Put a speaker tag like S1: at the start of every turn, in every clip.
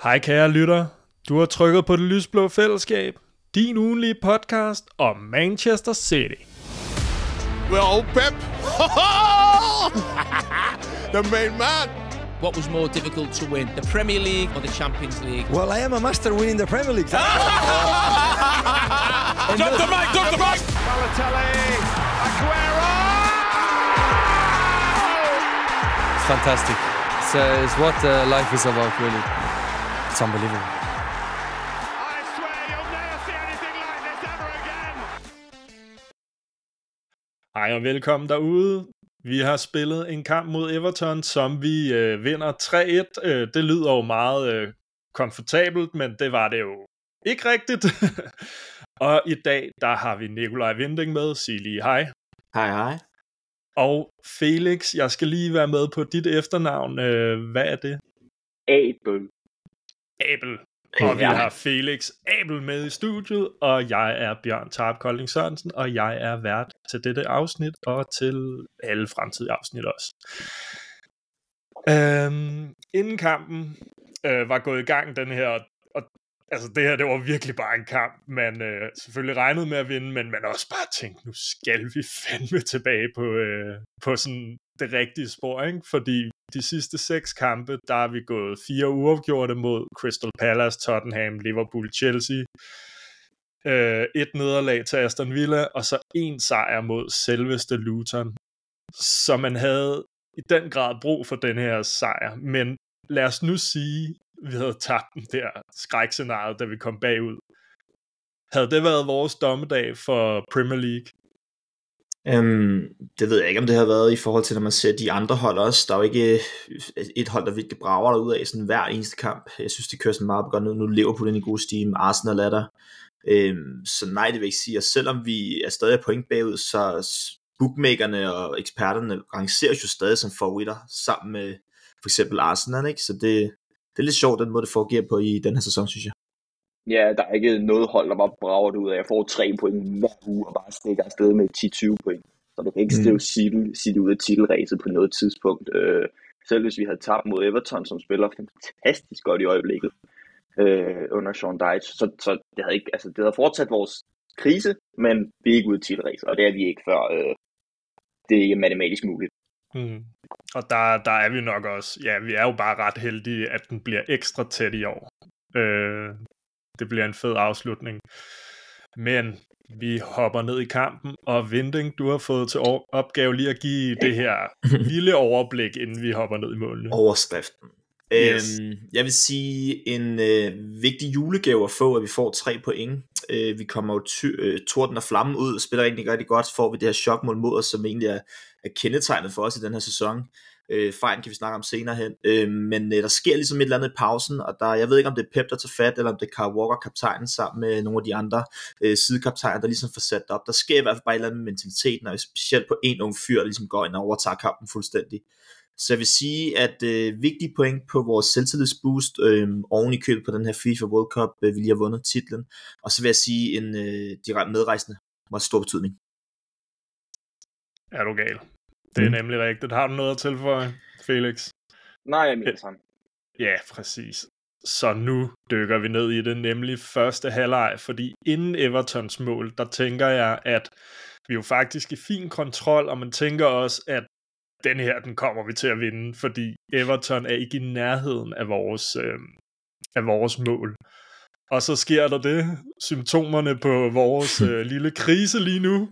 S1: Hej kære lytter, du har trykket på det lysblå fællesskab, din ugenlige podcast om Manchester City.
S2: Well, Pep, the main man.
S3: What was more difficult to win, the Premier League or the Champions League?
S4: Well, I am a master winning the Premier League.
S2: Drop the mic, drop the mic.
S5: Balotelli, Aguero!
S6: It's fantastic. It's what life is about, really. It's unbelievable.
S5: I swear you'll never see anything like this ever again.
S1: Hej og velkommen derude. Vi har spillet en kamp mod Everton, som vi vinder 3-1. Det lyder jo meget komfortabelt, men det var det jo ikke rigtigt. Og i dag, der har vi Nikolaj Winding med. Sig lige hej.
S7: Hej, hej.
S1: Og Felix, jeg skal lige være med på dit efternavn. Hvad er det?
S8: Abel.
S1: Abel. Og vi har Felix Abel med i studiet, og jeg er Bjørn Tarp Kolding Sørensen, og jeg er vært til dette afsnit, og til alle fremtidige afsnit også. Inden kampen var gået i gang, den her, og altså det her, det var virkelig bare en kamp, man selvfølgelig regnede med at vinde, men man også bare tænkte, nu skal vi fandme tilbage på sådan det rigtige spor, ikke? Fordi de sidste 6 kampe, der er vi gået 4 uafgjorte mod Crystal Palace, Tottenham, Liverpool, Chelsea. 1 nederlag til Aston Villa, og så 1 sejr mod selveste Luton. Så man havde i den grad brug for den her sejr. Men lad os nu sige, vi havde tabt den der skrækscenariet, da vi kom bagud. Havde det været vores dommedag for Premier League?
S7: Det ved jeg ikke, om det har været i forhold til, når man ser de andre hold også. Der er jo ikke et hold, der virkelig brager derud af sådan hver eneste kamp. Jeg synes, de kører sådan meget godt nu. Liverpool i god steam, Arsenal er der. Så nej, det vil jeg ikke sige. Og selvom vi er stadig point bagud, så bookmakerne og eksperterne rangerer jo stadig som favoritter sammen med for eksempel Arsenal, ikke? Så det er lidt sjovt, den måde det foregår på i den her sæson, synes jeg.
S8: Ja, der er ikke noget hold, der bare brager det ud af. Jeg får 3 point hver uge og bare stikker afsted med 10-20 point. Så du kan ikke skrive City ud af titelræset på noget tidspunkt. Selv hvis vi havde tabt mod Everton, som spiller fantastisk godt i øjeblikket under Sean Dyche, så det havde ikke, altså det havde fortsat vores krise, men vi er ikke ude af titelræset, og det er vi ikke før det er ikke matematisk muligt.
S1: Og der er vi nok også, ja, vi er jo bare ret heldige, at den bliver ekstra tæt i år. Det bliver en fed afslutning. Men vi hopper ned i kampen, og Winding, du har fået til opgave lige at give det her lille overblik, inden vi hopper ned i målene.
S7: Overskriften.
S1: Yes.
S7: Jeg vil sige en vigtig julegave at få, at vi får 3 point. Vi kommer jo torden og flammen ud og spiller rigtig, rigtig godt. Får vi det her chokmål mod os, som egentlig er kendetegnet for os i den her sæson. Fejlen kan vi snakke om senere hen, men der sker ligesom et eller andet i pausen, og jeg ved ikke om det er Pep der tager fat, eller om det er Kyle Walker, kaptajnen, sammen med nogle af de andre sidekaptajner, der ligesom får sat op. Der sker i hvert fald bare et eller andet med mentaliteten, og specielt på en ung fyr, der ligesom går ind og overtager kampen fuldstændig. Så jeg vil sige, at vigtige point på vores selvtillidsboost oven i købet på den her FIFA World Cup, vi lige har vundet titlen, og så vil jeg sige en direkte medrejsende var stor betydning.
S1: Er du gal? Det er nemlig rigtigt. Har du noget at tilføje, Felix?
S8: Nej, jeg mener sådan.
S1: Ja, præcis. Så nu dykker vi ned i det, nemlig første halvleg, fordi inden Evertons mål, der tænker jeg, at vi jo faktisk i fin kontrol, og man tænker også, at den her, den kommer vi til at vinde, fordi Everton er ikke i nærheden af vores mål. Og så sker der det, symptomerne på vores lille krise lige nu.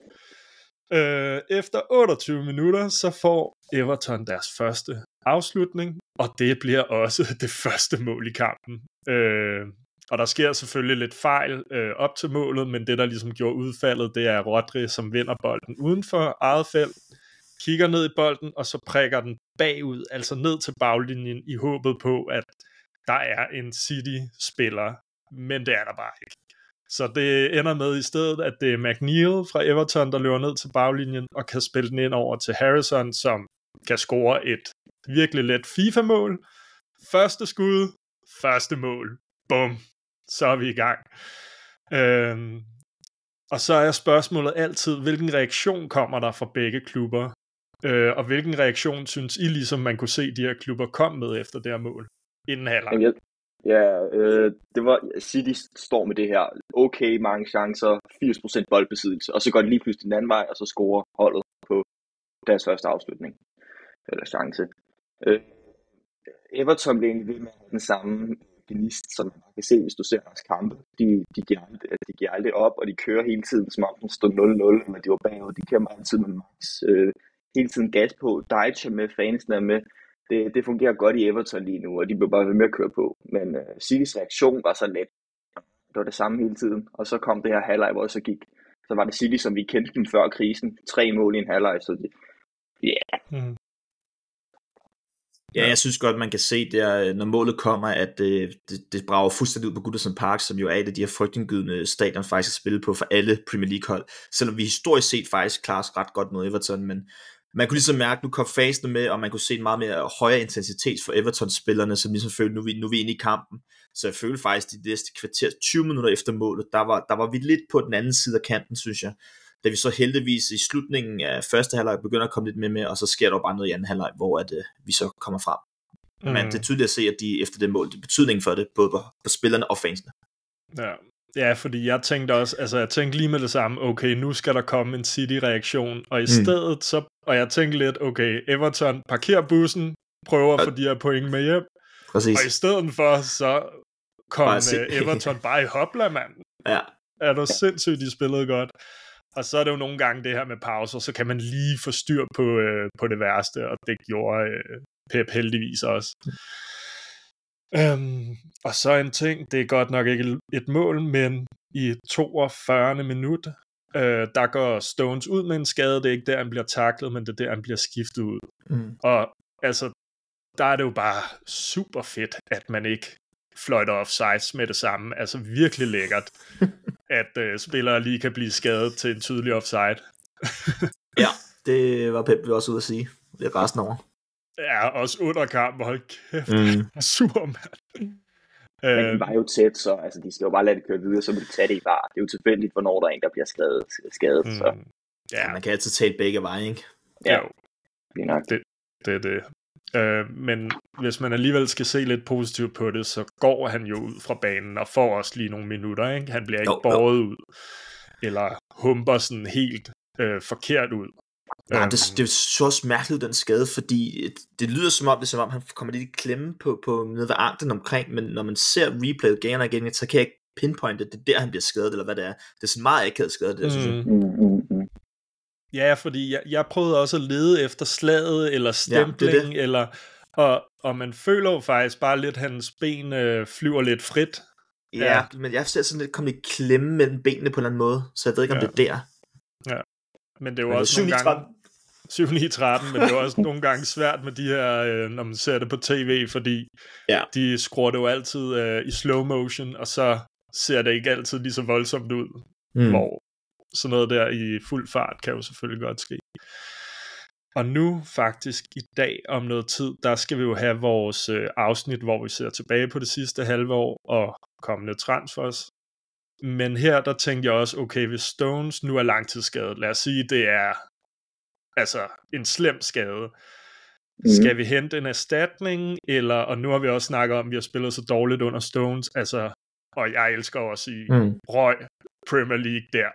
S1: Efter 28 minutter, så får Everton deres første afslutning, og det bliver også det første mål i kampen. Og der sker selvfølgelig lidt fejl op til målet, men det, der ligesom gjorde udfaldet, det er Rodri, som vinder bolden uden for eget felt, kigger ned i bolden, og så prikker den bagud, altså ned til baglinjen, i håbet på, at der er en City-spiller, men det er der bare ikke. Så det ender med i stedet, at det er McNeil fra Everton, der løber ned til baglinjen og kan spille den ind over til Harrison, som kan score et virkelig let FIFA-mål. Første skud, første mål. Bum. Så er vi i gang. Og så er spørgsmålet altid, hvilken reaktion kommer der fra begge klubber? Og hvilken reaktion synes I, ligesom man kunne se de her klubber komme med efter det her mål? Inden halvleg.
S8: Ja, det var City står med det her okay mange chancer, 80% boldbesiddelse, og så går det lige pludselig den anden vej, og så scorer holdet på deres første afslutning, eller chance. Everton bliver egentlig ved med at have den samme gnist, som man kan se, hvis du ser deres kampe. De giver aldrig op, og de kører hele tiden, som om den stod 0-0, eller de var bagud. De kæmper altid med max. Hele tiden gas på. Deitch er med, fansen er med. Det fungerer godt i Everton lige nu, og de bliver bare ved med at køre på. Men Citys reaktion var så let. Det var det samme hele tiden. Og så kom det her halvleg, hvor så gik. Så var det City, som vi kendte dem før krisen. 3 mål i en halvleg, så det... Yeah.
S7: Ja, jeg synes godt, man kan se der, når målet kommer, at det brager fuldstændig ud på Goodison Park, som jo er et af de her frygtindgydende stadion faktisk at spille på for alle Premier League-hold. Selvom vi historisk set faktisk klarer os ret godt mod Everton, men man kunne ligesom mærke, nu kom fasene med, og man kunne se en meget mere højere intensitet for Everton-spillerne, som ligesom følte, nu er vi inde i kampen. Så jeg følte faktisk, de næste kvarter, 20 minutter efter målet, der var vi lidt på den anden side af kanten, synes jeg. Da vi så heldigvis i slutningen af første halvleg begynder at komme lidt med, og så sker der jo bare noget i anden halvleg, hvor vi så kommer frem. Men det er tydeligt at se, at de efter det mål, det er betydning for det, både på spillerne og fansene.
S1: Ja, fordi jeg tænkte også, altså jeg tænkte lige med det samme, okay, nu skal der komme en City-reaktion, og i stedet så, og jeg tænkte lidt, okay, Everton parkerer bussen, prøver at få de her point med hjem,
S7: Præcis.
S1: Og i stedet for, så kom Everton bare i hopla, mand.
S7: Ja.
S1: Er det sindssygt, de spillede godt. Og så er det jo nogle gange det her med pauser, så kan man lige få styr på det værste, og det gjorde Pep heldigvis også. Og så en ting, det er godt nok ikke et mål, men i 42. minut, der går Stones ud med en skade. Det er ikke der, han bliver tacklet, men det er der, han bliver skiftet ud. Og altså, der er det jo bare super fedt, at man ikke fløjter offsides med det samme. Altså virkelig lækkert, at spillere lige kan blive skadet til en tydelig offside.
S7: Ja, det var Pep også ude at sige. Det er resten over.
S1: Ja, også under kampen. Hold kæft, sur mand.
S8: Men de var jo tæt, så altså, de skal jo bare lade det køre videre, så må de tage det i var. Det er jo tilfældigt, hvornår der er en, der bliver skadet. Så.
S7: Ja, man kan altid tage begge veje, ikke?
S8: Ja,
S1: det er det. Men hvis man alligevel skal se lidt positivt på det, så går han jo ud fra banen og får også lige nogle minutter, ikke? Han bliver ikke båret ud, eller humper sådan helt forkert ud.
S7: Nej, det så også mærkeligt den skade, fordi det lyder som om, han kommer lidt i klemme på nede ved anklen omkring, men når man ser replayet igen og igen, så kan jeg ikke pinpointe, at det er der, han bliver skadet, eller hvad det er. Det er sådan meget akavet skadet, det synes jeg.
S1: Ja, fordi jeg prøvede også at lede efter slaget, eller stempling, eller, og man føler jo faktisk bare lidt, at hans ben flyver lidt frit.
S7: Ja, men jeg ser sådan lidt kommet i klemme mellem benene på en eller anden måde, så jeg ved ikke, om det er der.
S1: Ja, men det er jo også nogle gange 7-9-13, men det er også nogle gange svært med de her, når man ser det på tv, fordi de skruer det jo altid i slow motion, og så ser det ikke altid lige så voldsomt ud, hvor sådan noget der i fuld fart kan jo selvfølgelig godt ske. Og nu faktisk i dag om noget tid, der skal vi jo have vores afsnit, hvor vi ser tilbage på det sidste halve år og kommende transfers. Men her der tænkte jeg også, okay, hvis Stones nu er langtidsskadet, lad os sige, det er altså en slem skade. Skal vi hente en erstatning, eller, og nu har vi også snakket om, at vi har spillet så dårligt under Stones, altså, og jeg elsker også i røg Premier League der.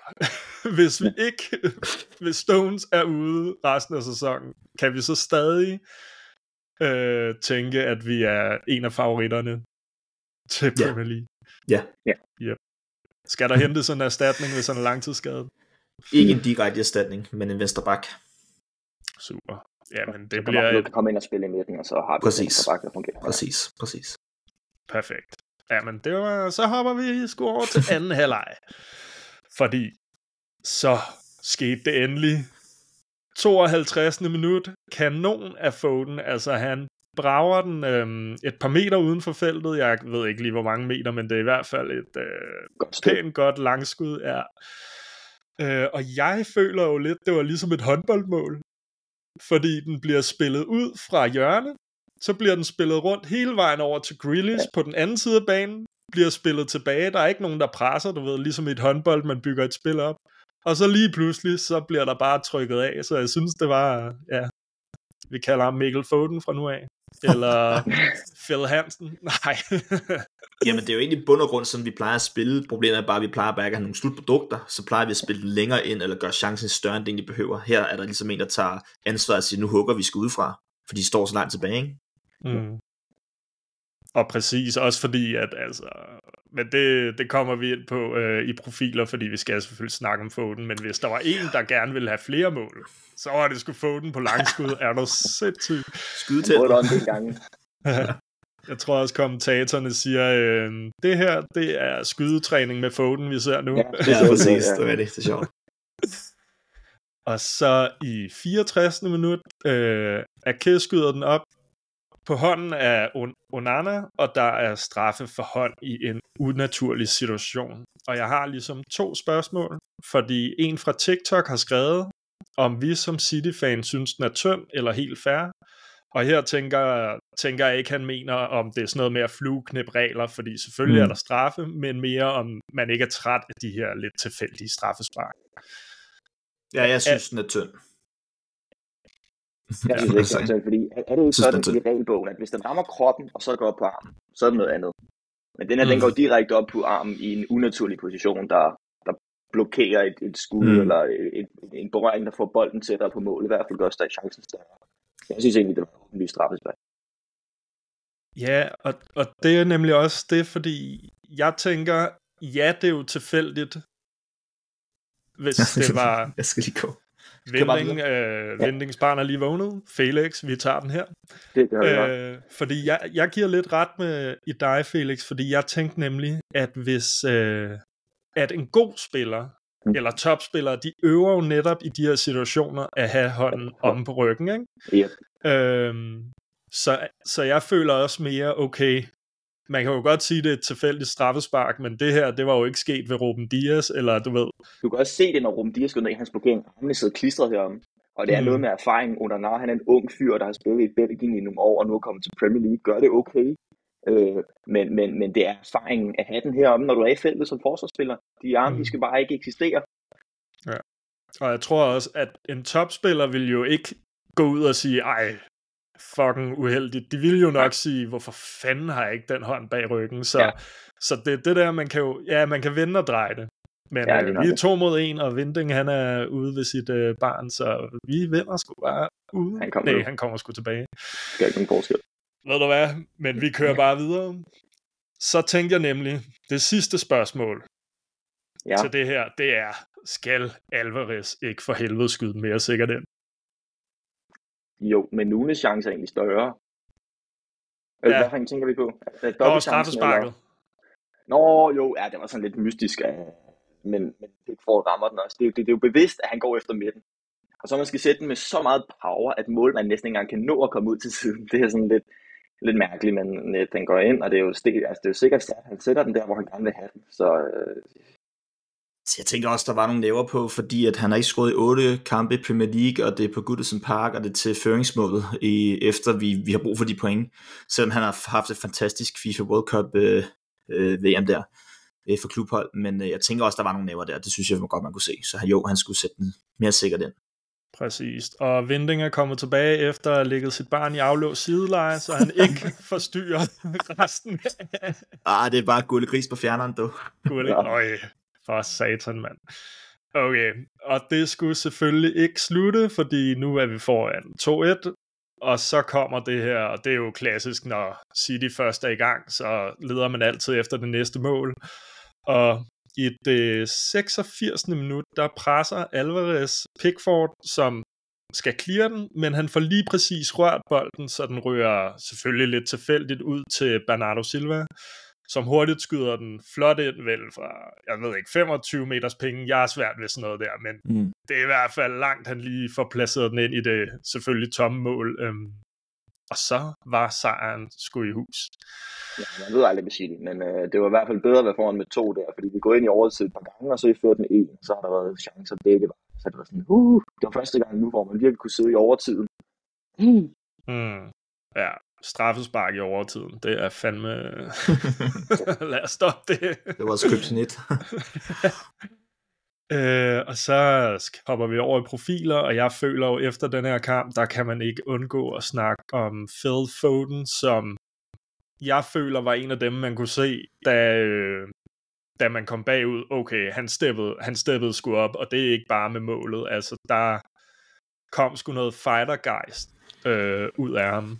S1: Hvis Stones er ude resten af sæsonen, kan vi så stadig tænke, at vi er en af favoritterne til Premier League?
S7: Ja.
S1: Yep. Skal der hente sådan en erstatning, hvis han er langtidsskadet?
S7: Ikke en direkte erstatning, men en venstreback.
S1: Super. Ja, men det
S8: så
S1: bliver...
S8: Du kan komme ind og spille i midten, og så har vi en venstreback, der fungerer.
S7: Præcis.
S1: Perfekt. Ja, men det var... Så hopper vi sgu over til anden halvleg. Fordi så skete det endelig. 52. minut. Kanon af Foden. Altså han brager den et par meter uden for feltet. Jeg ved ikke lige hvor mange meter, men det er i hvert fald et pænt godt langskud. Ja. Og jeg føler jo lidt, det var ligesom et håndboldmål. Fordi den bliver spillet ud fra hjørne. Så bliver den spillet rundt hele vejen over til Grealish på den anden side af banen. Bliver spillet tilbage. Der er ikke nogen, der presser, du ved, ligesom i et håndbold, man bygger et spil op. Og så lige pludselig, så bliver der bare trykket af. Så jeg synes, det var, vi kalder ham Mikkel Foden fra nu af. eller Phil Hansen? Nej.
S7: Jamen, det er jo egentlig bund og grund, som vi plejer at spille. Problemet er bare, at vi plejer bare ikke at have nogle slutprodukter, så plejer vi at spille længere ind, eller gøre chancen større, end det egentlig behøver. Her er der ligesom en, der tager ansvar og siger, nu hugger vi skud fra, for de står så langt tilbage, ikke?
S1: Mm. Og præcis, også fordi, at altså, men det kommer vi ind på i profiler, fordi vi skal selvfølgelig snakke om Foden, men hvis der var en, der gerne ville have flere mål, så var det sgu Foden på langskud. Er du sindssygt?
S7: Skyde til.
S1: Jeg tror også, kommentatorerne siger, det her, det er skydetræning med Foden, vi ser nu.
S7: Ja, det er præcis. Det er det. Det er sjovt.
S1: Og så i 64. minut, Ake skyder den op på hånden af Onana, og der er straffe for hånd i en unaturlig situation. Og jeg har ligesom 2 spørgsmål, fordi en fra TikTok har skrevet, om vi som City-fans synes, den er tynd eller helt fair. Og her tænker jeg ikke, han mener, om det er sådan noget med at flueknæppe regler, fordi selvfølgelig er der straffe, men mere om man ikke er træt af de her lidt tilfældige straffespark.
S7: Ja, jeg synes, den er tynd.
S8: Jeg synes ikke sådan, fordi er det ikke sådan i regelbogen, at hvis den rammer kroppen, og så går op på armen, så er det noget andet. Men den her, den går direkte op på armen i en unaturlig position, der blokerer et skud, eller en berøring, der får bolden tættere på målet, i hvert fald gør der chancen større. Jeg synes egentlig, det var en straffespark.
S1: Ja, og det er nemlig også det, fordi jeg tænker, ja, det er jo tilfældigt, hvis det var...
S7: Jeg skal lige gå.
S1: Vindings barn er lige vågnet. Felix, vi tager den her.
S8: Det gør vi
S1: fordi jeg giver lidt ret med i dig, Felix, fordi jeg tænkte nemlig, at hvis at en god spiller, eller topspillere, de øver jo netop i de her situationer at have hånden om på ryggen, ikke?
S8: Yep.
S1: Så jeg føler også mere, okay, man kan jo godt sige, det er et tilfældigt straffespark, men det her, det var jo ikke sket ved Ruben Dias, eller du ved.
S8: Du kan også se det, når Ruben Dias går ned i hans blokering, armene sidder klistret herom. Og det er noget med erfaring. Onana, han er en ung fyr, der har spillet i Belgien i nogle år, og nu er kommet til Premier League. Gør det okay. Men det er erfaringen at have den heromme, når du er i feltet som forsvarsspiller. De arme, de skal bare ikke eksistere.
S1: Ja. Og jeg tror også, at en topspiller vil jo ikke gå ud og sige, ej, fucking uheldigt. De vil jo nok sige, hvorfor fanden har jeg ikke den hånd bag ryggen? Så det der, man kan jo, ja, man kan vende og dreje det. Men vi er 2 mod 1, og Vinding, han er ude ved sit barn, så vi vinder sgu bare ude. Han kommer sgu tilbage.
S8: Det er ikke nogen forskel.
S1: Ved du hvad? Men vi kører bare videre. Så tænkte jeg nemlig, det sidste spørgsmål til det her, det er, skal Alvarez ikke for helvede skyde mere sikkert ind?
S8: Jo, men Nunes chance er egentlig større. Hvad tænker vi på?
S1: Straffesparket.
S8: Nå, jo, ja, det var sådan lidt mystisk, men Pickford rammer den også. Det er jo bevidst, at han går efter midten. Og så man skal sætte den med så meget power, at målmanden næsten ikke engang kan nå at komme ud til siden. Det er sådan lidt mærkeligt, men den går ind, og det er jo sikkert, at han sætter den der, hvor han gerne vil have den.
S7: Jeg tænker også, der var nogle næver på, fordi at han har ikke scoret i 8 kampe i Premier League, og det er på Goodison Park, og det er til føringsmålet, efter vi har brug for de point. Selvom han har haft et fantastisk FIFA World Cup VM der for klubhold, men jeg tænker også, der var nogle næver der. Det synes jeg godt, man kunne se. Så jo, han skulle sætte den mere sikkert ind.
S1: Præcis. Og Vinding er kommet tilbage efter at have ligget sit barn i aflåst sideleje, så han ikke forstyrrer resten.
S7: Det er bare gullegris på fjerneren, du.
S1: Øj, for satan, mand. Okay, og det skulle selvfølgelig ikke slutte, fordi nu er vi foran 2-1, og så kommer det her, og det er jo klassisk, når City først er i gang, så leder man altid efter det næste mål. Og i det 86. minut, der presser Alvarez Pickford, som skal clear den, men han får lige præcis rørt bolden, så den rører selvfølgelig lidt tilfældigt ud til Bernardo Silva, som hurtigt skyder den flot ind, vel fra, jeg ved ikke, 25 meters penge. Jeg er svært ved sådan noget der, men det er i hvert fald langt, han lige får placeret den ind i det selvfølgelig tomme mål. Og så var sejren sgu i hus.
S8: Ja, man ved aldrig, hvad sige det, men det var i hvert fald bedre at være foran med 2 der, fordi vi går ind i overtid et par gange, og så i ført den 1, så har der været chancer begge veje. Så det var sådan, det var første gang nu, hvor man virkelig kunne sidde i overtiden.
S1: Ja, straffespark i overtiden, det er fandme... Lad os stoppe det.
S7: Det var skriptet.
S1: Og så hopper vi over i profiler, og jeg føler jo efter den her kamp, der kan man ikke undgå at snakke om Phil Foden, som jeg føler var en af dem, man kunne se, da man kom bagud. Okay, han steppede sgu op, og det er ikke bare med målet. Altså, der kom sgu noget fightergeist ud af ham.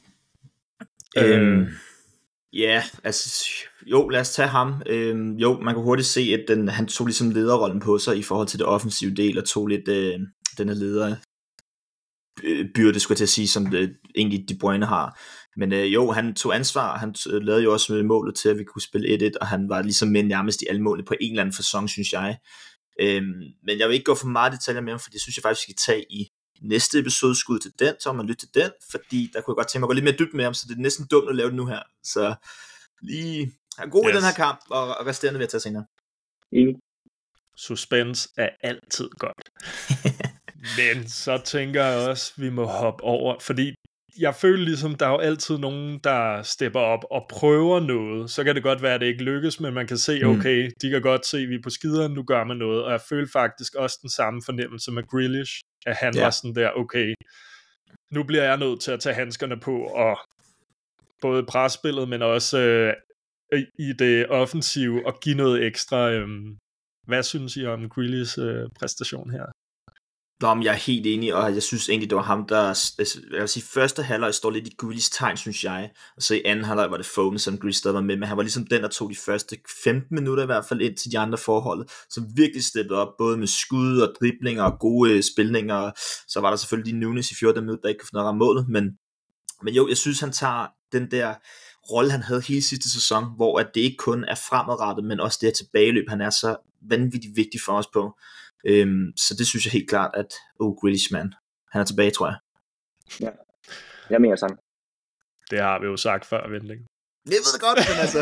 S7: Ja, altså, jo, lad os tage ham. Jo, man kan hurtigt se, at han tog ligesom lederrollen på sig i forhold til det offensive del, og tog lidt den her lederbyrde, skulle jeg til at sige, som egentlig De Bruyne har. Men jo, han tog ansvar, han lavede jo også målet til, at vi kunne spille 1-1, og han var ligesom med nærmest i alle målene på en eller anden facon, synes jeg. Men jeg vil ikke gå for meget detaljer med ham, for det synes jeg faktisk, vi skal tage i næste episode skud til den, så man lytter til den, fordi der kunne jeg godt tænke mig at gå lidt mere dybt med ham, så det er næsten dumt at lave det nu her. Så lige er god i den her kamp, og resterende vil jeg tage senere.
S1: Suspense er altid godt. Men så tænker jeg også, vi må hoppe over, fordi jeg føler ligesom, der er jo altid nogen, der stepper op og prøver noget. Så kan det godt være, at det ikke lykkes, men man kan se, okay, de kan godt se, at vi er på skideren, nu gør man noget. Og jeg føler faktisk også den samme fornemmelse med Grealish, at han var sådan der, okay, nu bliver jeg nødt til at tage handskerne på, og både presspillet, men også i det offensive, og give noget ekstra. Hvad synes I om Grealish præstation her?
S7: Nå, men jeg er helt enig, og jeg synes egentlig, det var ham, der, jeg vil sige, første halvleg står lidt i Grealish tegn, synes jeg, og så i anden halvleg var det Foden, som Grealish stadig var med, men han var ligesom den, der tog de første 15 minutter i hvert fald ind til de andre forhold, som virkelig steppede op, både med skud og driblinger og gode spilninger, og så var der selvfølgelig de Nunes i 14 minutter, der ikke kunne få noget at ramme målet, men jo, jeg synes, han tager den der rolle, han havde hele sidste sæson, hvor at det ikke kun er fremadrettet, men også det her tilbageløb, han er så vanvittigt vigtig for os på. Så det synes jeg helt klart, at Grealish, man, han er tilbage, tror jeg.
S8: Ja, jeg mener sammen.
S1: Det har vi jo sagt før, Vendling.
S7: Jeg ved det godt, men altså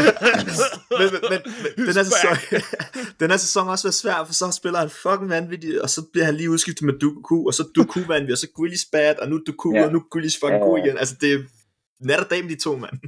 S7: men den her sæson også været svær, for så spiller han fucking vanvittigt, og så bliver han lige udskiftet med Doku, og så Doku vanvittigt, og så Grealish bad, og nu Doku, og nu Grealish fucking god igen. Altså det er nat og dag med de to, mand.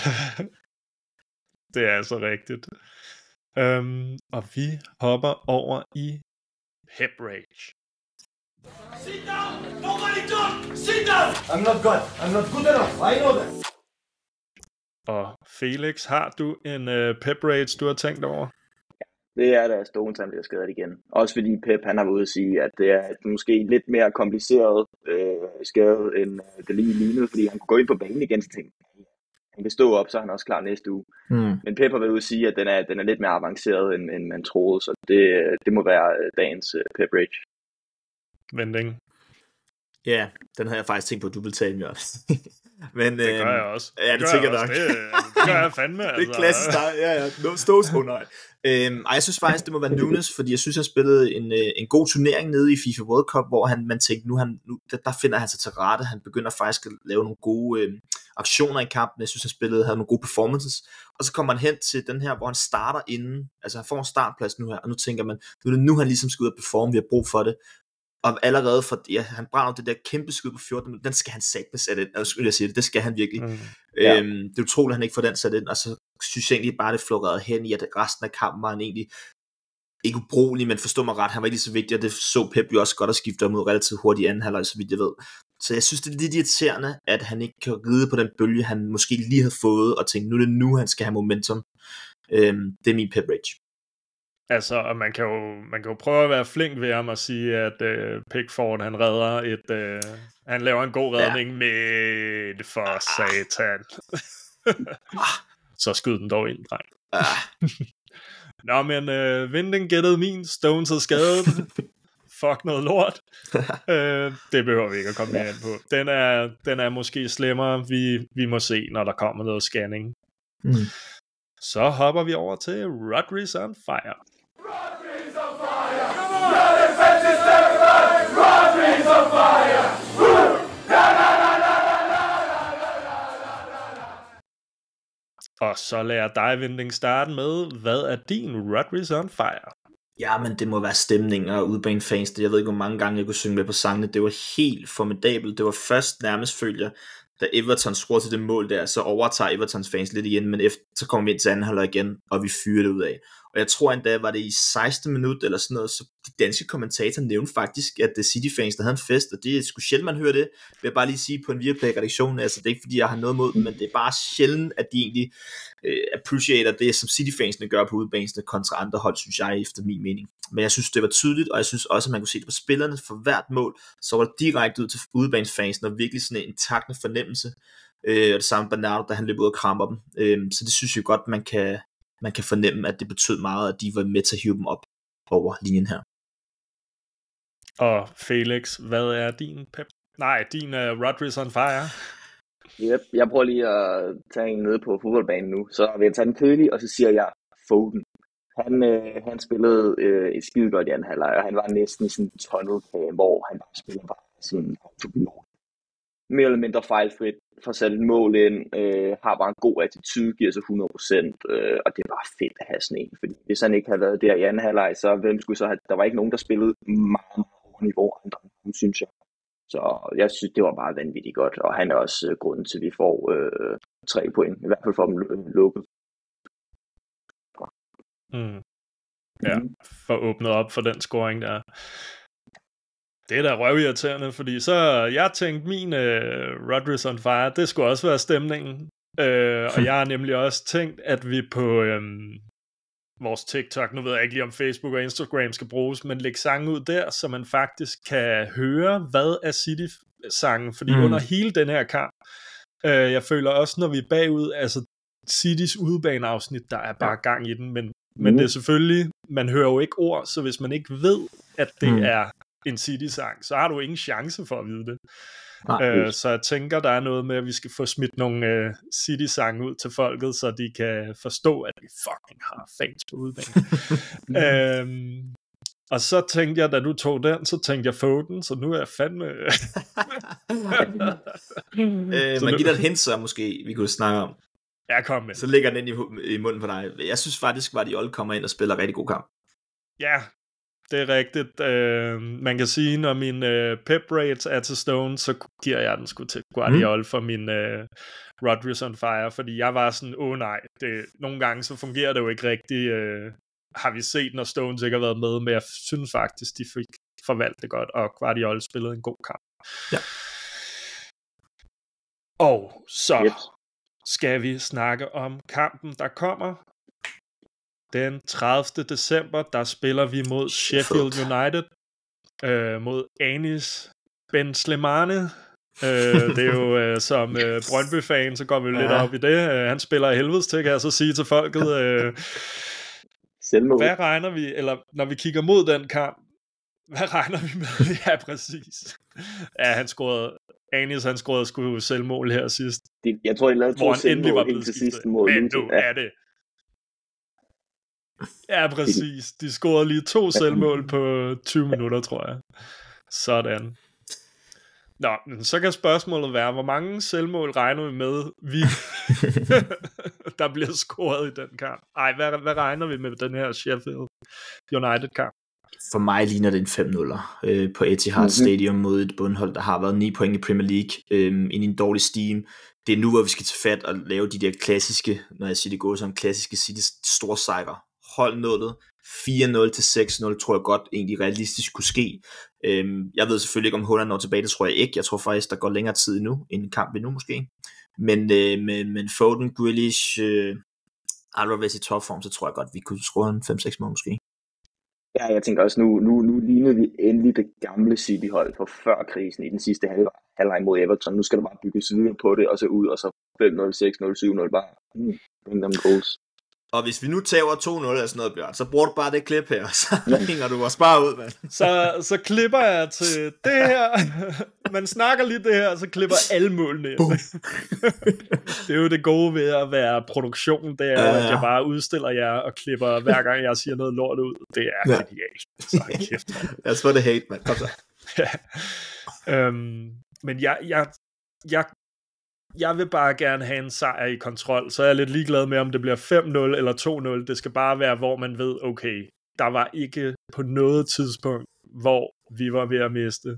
S1: Det er altså rigtigt. Og vi hopper over i Pep Rage.
S5: Sit down! Nobody talk! Sit down!
S4: I'm not good. I'm not good enough. I know that.
S1: Og Felix, har du en Pep Rage, du har tænkt over?
S8: Det er da Stones, han bliver skadet igen. Også fordi Pep, han har været ude at sige, at det er måske lidt mere kompliceret skade, end det lige lignede, fordi han kunne gå ind på banen igen, så tænkte han kan stå op, så er han også klar næste uge. Men Pep har været ude at sige, at den er lidt mere avanceret, end man troede, så det må være dagens Pep Rage.
S1: Vending.
S7: Ja, den havde jeg faktisk tænkt på, at du ville tage, Jørgen. Men,
S1: det gør jeg også.
S7: Ja, det tænker jeg nok.
S1: Det gør jeg fandme. Altså.
S7: Det er klassisk start. Ja. No Stones, nej. Jeg synes faktisk, det må være Nunes, fordi jeg synes, han spillede en god turnering nede i FIFA World Cup, hvor man tænkte, nu der finder han sig til rette. Han begynder faktisk at lave nogle gode aktioner i kampen. Jeg synes, han havde nogle gode performances. Og så kommer han hen til den her, hvor han starter inden. Altså, han får en startplads nu her, og nu tænker man, nu han ligesom skal ud og performe, vi har brug for det. Og allerede for, han brænder det der kæmpe skud på 14 minutter, den skal han satme sætte ind, jeg sige det skal han virkelig. Det er utroligt, at han ikke får den sat ind, og så synes jeg egentlig bare, det florerede hen i, at resten af kampen var han egentlig ikke ubrugelig, men forstå mig ret, han var ikke lige så vigtig, og det så Pep jo også godt at skifte om ud relativt hurtigt i anden halvleg, så vidt jeg ved. Så jeg synes, det er lidt irriterende, at han ikke kan ride på den bølge, han måske lige havde fået, og tænke, nu er det nu, han skal have momentum. Det er min Pep Rage.
S1: Altså, og man kan jo prøve at være flink ved ham og sige, at Pickford, han redder han laver en god redning, med for satan. Så skyd den dog ind, dreng. Nå, men Vending gættede min, Stones er skadet. Fuck noget lort. Det behøver vi ikke at komme mere ind på. Den er måske slemmere. Vi må se, når der kommer noget scanning. Så hopper vi over til Rodri's on fire.
S5: Rodri's on fire! Your defense is terrified! Rodri's on fire!
S1: Og så lader dig, Vending, starte med, hvad er din Rodri's on fire?
S7: Ja, men det må være stemning og udbanefans. Jeg ved ikke, hvor mange gange jeg kunne synge med på sangene. Det var helt formidabelt. Det var først nærmest, følte jeg, da Everton scorede til det mål der, så overtager Evertons fans lidt igen, men så kommer vi ind til anden halvleg igen, og vi fyrer det ud af. Og og jeg tror endda, var det i 16. minut eller sådan noget, så de danske kommentatorer nævnte faktisk, at City-fans, der havde en fest, og det er sgu sjældent, man hører det, vil jeg bare lige sige på en Viaplay-redaktion, altså det er ikke fordi, jeg har noget mod dem, men det er bare sjældent, at de egentlig appreciater det, som City-fansene gør på udebanesene kontra andre hold, synes jeg, efter min mening. Men jeg synes, det var tydeligt, og jeg synes også, at man kunne se det på spillerne for hvert mål, så var det direkte ud til udebanesfansene, og virkelig sådan en taktende fornemmelse, og det samme Bernardo, da han løb ud og kramper dem. Så det synes jeg godt, man kan fornemme, at det betød meget, at de var med til at hive dem op over linjen her.
S1: Og Felix, hvad er din pep? Nej, din Rodgers on fire.
S8: Yep, jeg prøver lige at tage en nede på fodboldbanen nu. Så vil jeg tage den kedelige, og så siger jeg Foden. Han spillede et skide godt i anden halvleg, og han var næsten i sådan en tunnel, hvor han bare spillede bare sådan autopilot. Mere eller mindre fejlfrit, får sat et mål ind, har bare en god attitude, giver sig 100%, og det er bare fedt at have sådan en. Fordi hvis han ikke havde været der i anden halvleg, så hvem skulle så have, der var ikke nogen, der spillede meget, meget over niveau andre, synes jeg. Så jeg synes, det var bare vanvittigt godt, og han er også grunden til, at vi får 3 point, i hvert fald for dem lukket.
S1: Ja, for åbnet op for den scoring der. Det er da røvirriterende, fordi så jeg tænkte, min Rodgers on fire, det skulle også være stemningen. Og jeg har nemlig også tænkt, at vi på vores TikTok, nu ved jeg ikke lige om Facebook og Instagram skal bruges, men lægge sange ud der, så man faktisk kan høre, hvad er City-sangen, fordi under hele den her kamp, jeg føler også, når vi er bagud, altså Citys udebaneafsnit, der er bare gang i den, men det er selvfølgelig, man hører jo ikke ord, så hvis man ikke ved, at det er en City-sang, så har du ingen chance for at vide det. Så jeg tænker, der er noget med, at vi skal få smidt nogle City-sange ud til folket, så de kan forstå, at vi fucking har fans på udebanen. Og så tænkte jeg, da du tog den, så tænkte jeg Foden, så nu er jeg fandme...
S7: Man giver dig et hint, så måske vi kunne snakke om.
S1: Ja, kom med.
S7: Så ligger den i munden på dig. Jeg synes faktisk, at Guardiola kommer ind og spiller rigtig god kamp.
S1: Ja, det er rigtigt. Man kan sige, når min pep rates er til Stone, så giver jeg den sgu til Guardiola for min Rodgers on fire, fordi jeg var sådan, nej, nogle gange så fungerer det jo ikke rigtigt, har vi set, når Stones ikke har været med, men jeg synes faktisk, de fik forvaltet det godt, og Guardiola spillede en god kamp.
S7: Ja.
S1: Og så skal vi snakke om kampen, der kommer. Den 30. december, der spiller vi mod Sheffield United, mod Anis Ben Slimane. Det er jo som Brøndby-fan, så går vi lidt op i det. Han spiller i helvedes til, kan jeg så sige til folket. Hvad regner vi, eller når vi kigger mod den kamp, hvad regner vi med? Ja, præcis. Ja, Anis scorede sgu selvmål her sidst.
S8: Jeg tror, de lavede 2 selvmål helt til sidste mål.
S1: Men nu er det. Ja, præcis. De scorede lige 2 selvmål på 20 minutter, tror jeg. Sådan. Nå, så kan spørgsmålet være, hvor mange selvmål regner vi med, der bliver scoret i den kamp? Ej, hvad regner vi med den her Sheffield United-kamp?
S7: For mig ligner det en 5-0'er på Etihad Stadium mod et bundhold, der har været 9 point i Premier League, ind i en dårlig steam. Det er nu, hvor vi skal tage fat og lave de der klassiske, når jeg siger det går som klassiske City store sejre. Hold nullet, 4-0 til 6-0, tror jeg godt egentlig realistisk kunne ske. Jeg ved selvfølgelig ikke, om Holland når tilbage, det tror jeg ikke. Jeg tror faktisk, der går længere tid endnu, end en kamp endnu måske. Men Foden, Grealish, Alvarez i topform, så tror jeg godt, vi kunne score en 5-6 mål måske.
S8: Ja, jeg tænker også, nu lignede vi endelig det gamle City-hold fra før krisen i den sidste halvleg mod Everton. Nu skal der bare bygges videre på det, og så ud, og så 5-0, 6-0, 7-0, bare bring them goals.
S7: Og hvis vi nu tager 2-0 eller sådan noget, Bjørn, så bruger du bare det klip her, så hænger du også bare ud, mand.
S1: Så klipper jeg til det her. Man snakker lige det her, og så klipper alle målene ind. Det er jo det gode ved at være produktion, det er at jeg bare udstiller jer og klipper hver gang jeg siger noget lort ud. Det er genialt. Så kæft.
S7: Lad os få det hate, mand. Kom så.
S1: Men jeg vil bare gerne have en sejr i kontrol, så jeg er lidt ligeglad med, om det bliver 5-0 eller 2-0. Det skal bare være, hvor man ved, okay, der var ikke på noget tidspunkt, hvor vi var ved at miste.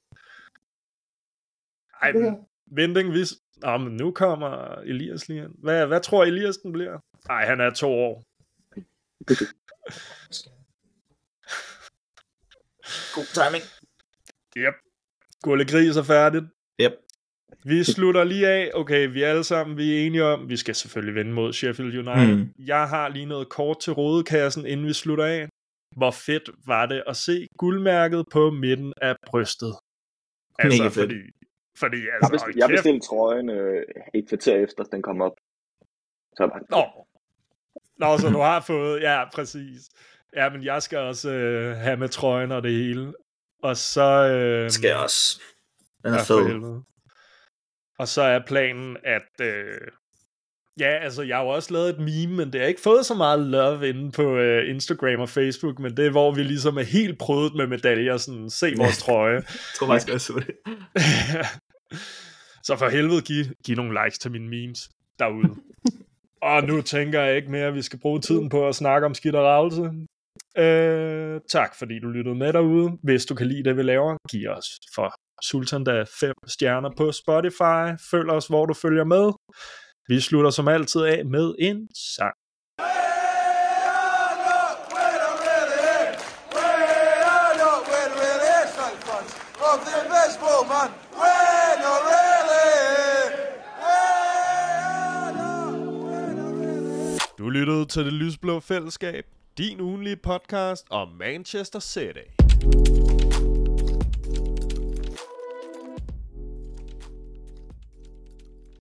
S1: Ej, vending vis. Men nu kommer Elias lige ind. Hvad tror Elias, den bliver? Nej, han er 2 år.
S7: God timing.
S1: Yep. Gulli Gris er færdigt.
S7: Yep.
S1: Vi slutter lige af. Okay, vi er alle sammen, vi er enige om, vi skal selvfølgelig vinde mod Sheffield United. Jeg har lige noget kort til rodekassen, inden vi slutter af. Hvor fedt var det at se guldmærket på midten af brystet? Altså,
S7: Mega fedt.
S1: Fordi altså,
S8: jeg bestilte trøjen et kvarter efter, den kom op. Så bare...
S1: Nå, så du har fået... Ja, præcis. Ja, men jeg skal også have med trøjen og det hele. Og så...
S7: skal jeg også. Den er fed.
S1: Og så er planen, at... ja, altså, jeg har jo også lavet et meme, men det har ikke fået så meget love inde på Instagram og Facebook, men det er, hvor vi ligesom er helt prøvet med medaljer, sådan, se vores trøje.
S7: Jeg tror faktisk, jeg så det.
S1: Så for helvede, giv nogle likes til mine memes derude. Og nu tænker jeg ikke mere, at vi skal bruge tiden på at snakke om skidt og ravelse. Tak, fordi du lyttede med derude. Hvis du kan lide det, vi laver, giv os for Sultan da 5 stjerner på Spotify. Følg os, hvor du følger med. Vi slutter som altid af med en sang. Du lyttede til Det Lysblå Fællesskab, din ugenlige podcast om Manchester City.